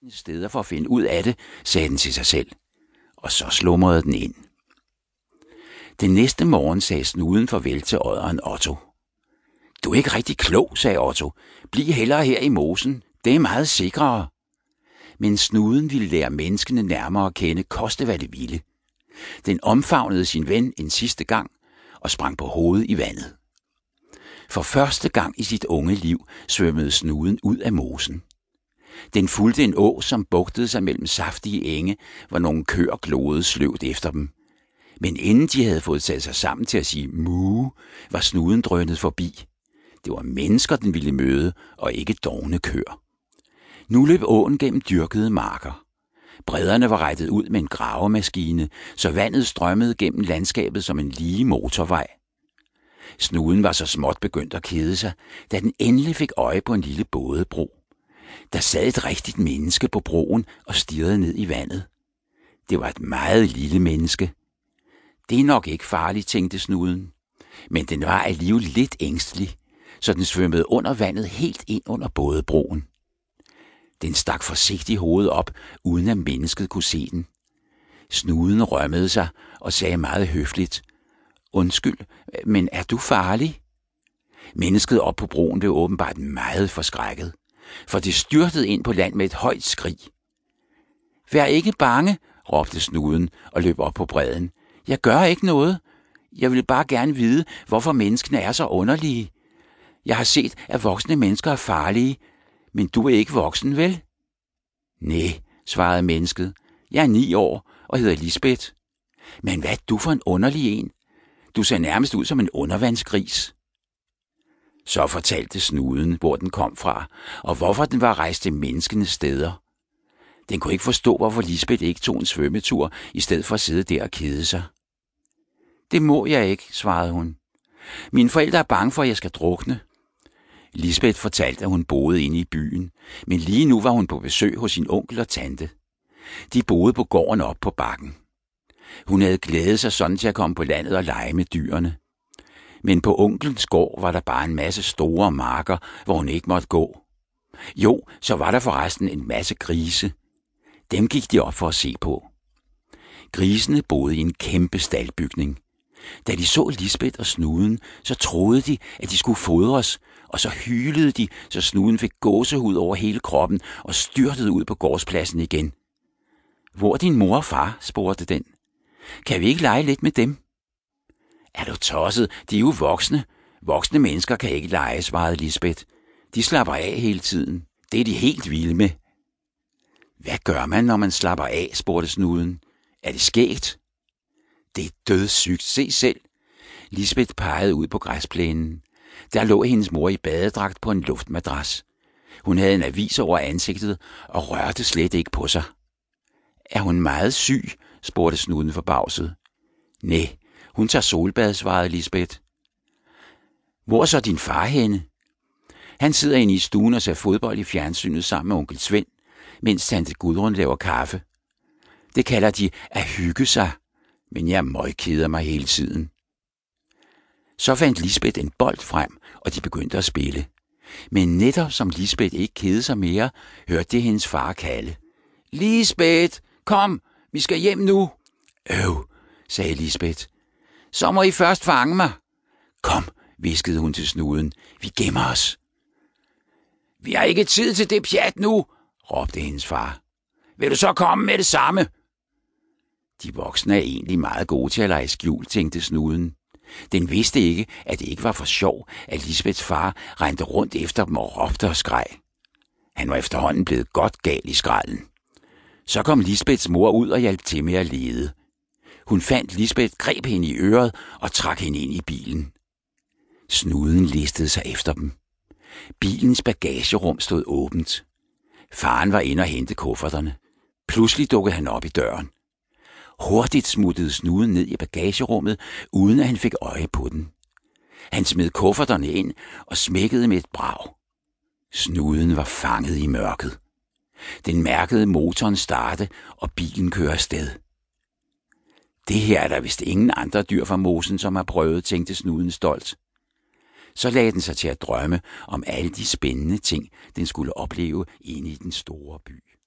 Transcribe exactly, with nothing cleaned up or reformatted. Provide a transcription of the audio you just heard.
steder for at finde ud af det, sagde den til sig selv. Og så slumrede den ind. Den næste morgen sagde snuden farvel til odderen Otto. Du er ikke rigtig klog, sagde Otto. Bliv hellere her i mosen. Det er meget sikrere. Men snuden ville lære menneskene nærmere at kende, koste hvad det ville. Den omfavnede sin ven en sidste gang og sprang på hovedet i vandet. For første gang i sit unge liv svømmede snuden ud af mosen. Den fulgte en å, som bugtede sig mellem saftige enge, hvor nogle køer glodede sløvt efter dem. Men inden de havde fået taget sig sammen til at sige mu, var snuden drønet forbi. Det var mennesker, den ville møde, og ikke dovne køer. Nu løb åen gennem dyrkede marker. Bredderne var rettet ud med en gravemaskine, så vandet strømmede gennem landskabet som en lige motorvej. Snuden var så småt begyndt at kede sig, da den endelig fik øje på en lille bådebro. Der sad et rigtigt menneske på broen og stirrede ned i vandet. Det var et meget lille menneske. Det er nok ikke farligt, tænkte snuden. Men den var alligevel lidt ængstelig, så den svømmede under vandet helt ind under bådebroen. Den stak forsigtigt hovedet op, uden at mennesket kunne se den. Snuden rømmede sig og sagde meget høfligt: Undskyld, men er du farlig? Mennesket op på broen blev åbenbart meget forskrækket, for det styrtede ind på land med et højt skrig. Vær ikke bange, råbte snuden og løb op på bredden. Jeg gør ikke noget. Jeg vil bare gerne vide, hvorfor menneskene er så underlige. Jeg har set, at voksne mennesker er farlige, men du er ikke voksen, vel? Næh, svarede mennesket. Jeg er ni år og hedder Lisbeth. Men hvad er du for en underlig en? Du ser nærmest ud som en undervandsgris. Så fortalte snuden, hvor den kom fra, og hvorfor den var rejst til menneskenes steder. Den kunne ikke forstå, hvorfor Lisbeth ikke tog en svømmetur, i stedet for at sidde der og kede sig. Det må jeg ikke, svarede hun. Mine forældre er bange for, at jeg skal drukne. Lisbeth fortalte, at hun boede inde i byen, men lige nu var hun på besøg hos sin onkel og tante. De boede på gården op på bakken. Hun havde glædet sig sådan til at komme på landet og lege med dyrene. Men på onklens gård var der bare en masse store marker, hvor hun ikke måtte gå. Jo, så var der forresten en masse grise. Dem gik de op for at se på. Grisene boede i en kæmpe staldbygning. Da de så Lisbeth og snuden, så troede de, at de skulle fodres, og så hylede de, så snuden fik gåsehud over hele kroppen og styrtede ud på gårdspladsen igen. Hvor er din mor og far? Spurgte den. Kan vi ikke lege lidt med dem? Er du tosset? De er jo voksne. Voksne mennesker kan ikke lege, svarede Lisbeth. De slapper af hele tiden. Det er de helt vilde med. Hvad gør man, når man slapper af? Spurgte snuden. Er det skægt? Det er dødssygt. Se selv. Lisbeth pegede ud på græsplænen. Der lå hendes mor i badedragt på en luftmadras. Hun havde en avis over ansigtet og rørte slet ikke på sig. Er hun meget syg? Spurgte snuden forbavset. Næh, hun tager solbad, svarede Lisbeth. Hvor er så din far henne? Han sidder inde i stuen og ser fodbold i fjernsynet sammen med onkel Svend, mens tante Gudrun laver kaffe. Det kalder de at hygge sig, men jeg møgkeder mig hele tiden. Så fandt Lisbeth en bold frem, og de begyndte at spille. Men netop som Lisbeth ikke kedede sig mere, hørte det hendes far kalde. Lisbeth, kom, vi skal hjem nu. Øv, sagde Lisbeth. Så må I først fange mig. Kom, hviskede hun til snuden. Vi gemmer os. Vi har ikke tid til det pjat nu, råbte hendes far. Vil du så komme med det samme? De voksne er egentlig meget gode til at lege skjul, tænkte snuden. Den vidste ikke, at det ikke var for sjov, at Lisbeths far rendte rundt efter dem og råbte og skreg. Han var efterhånden blevet godt gal i skralden. Så kom Lisbeths mor ud og hjalp til med at lede. Hun fandt Lisbeth, greb hende i øret og trak hende ind i bilen. Snuden listede sig efter dem. Bilens bagagerum stod åbent. Faren var inde og hente kufferterne. Pludselig dukkede han op i døren. Hurtigt smuttede snuden ned i bagagerummet, uden at han fik øje på den. Han smed kufferterne ind og smækkede med et brag. Snuden var fanget i mørket. Den mærkede motoren starte, og bilen kører afsted. Det her er der vist ingen andre dyr fra mosen, som har prøvet, tænkte snuden stolt. Så lagde den sig til at drømme om alle de spændende ting, den skulle opleve inde i den store by.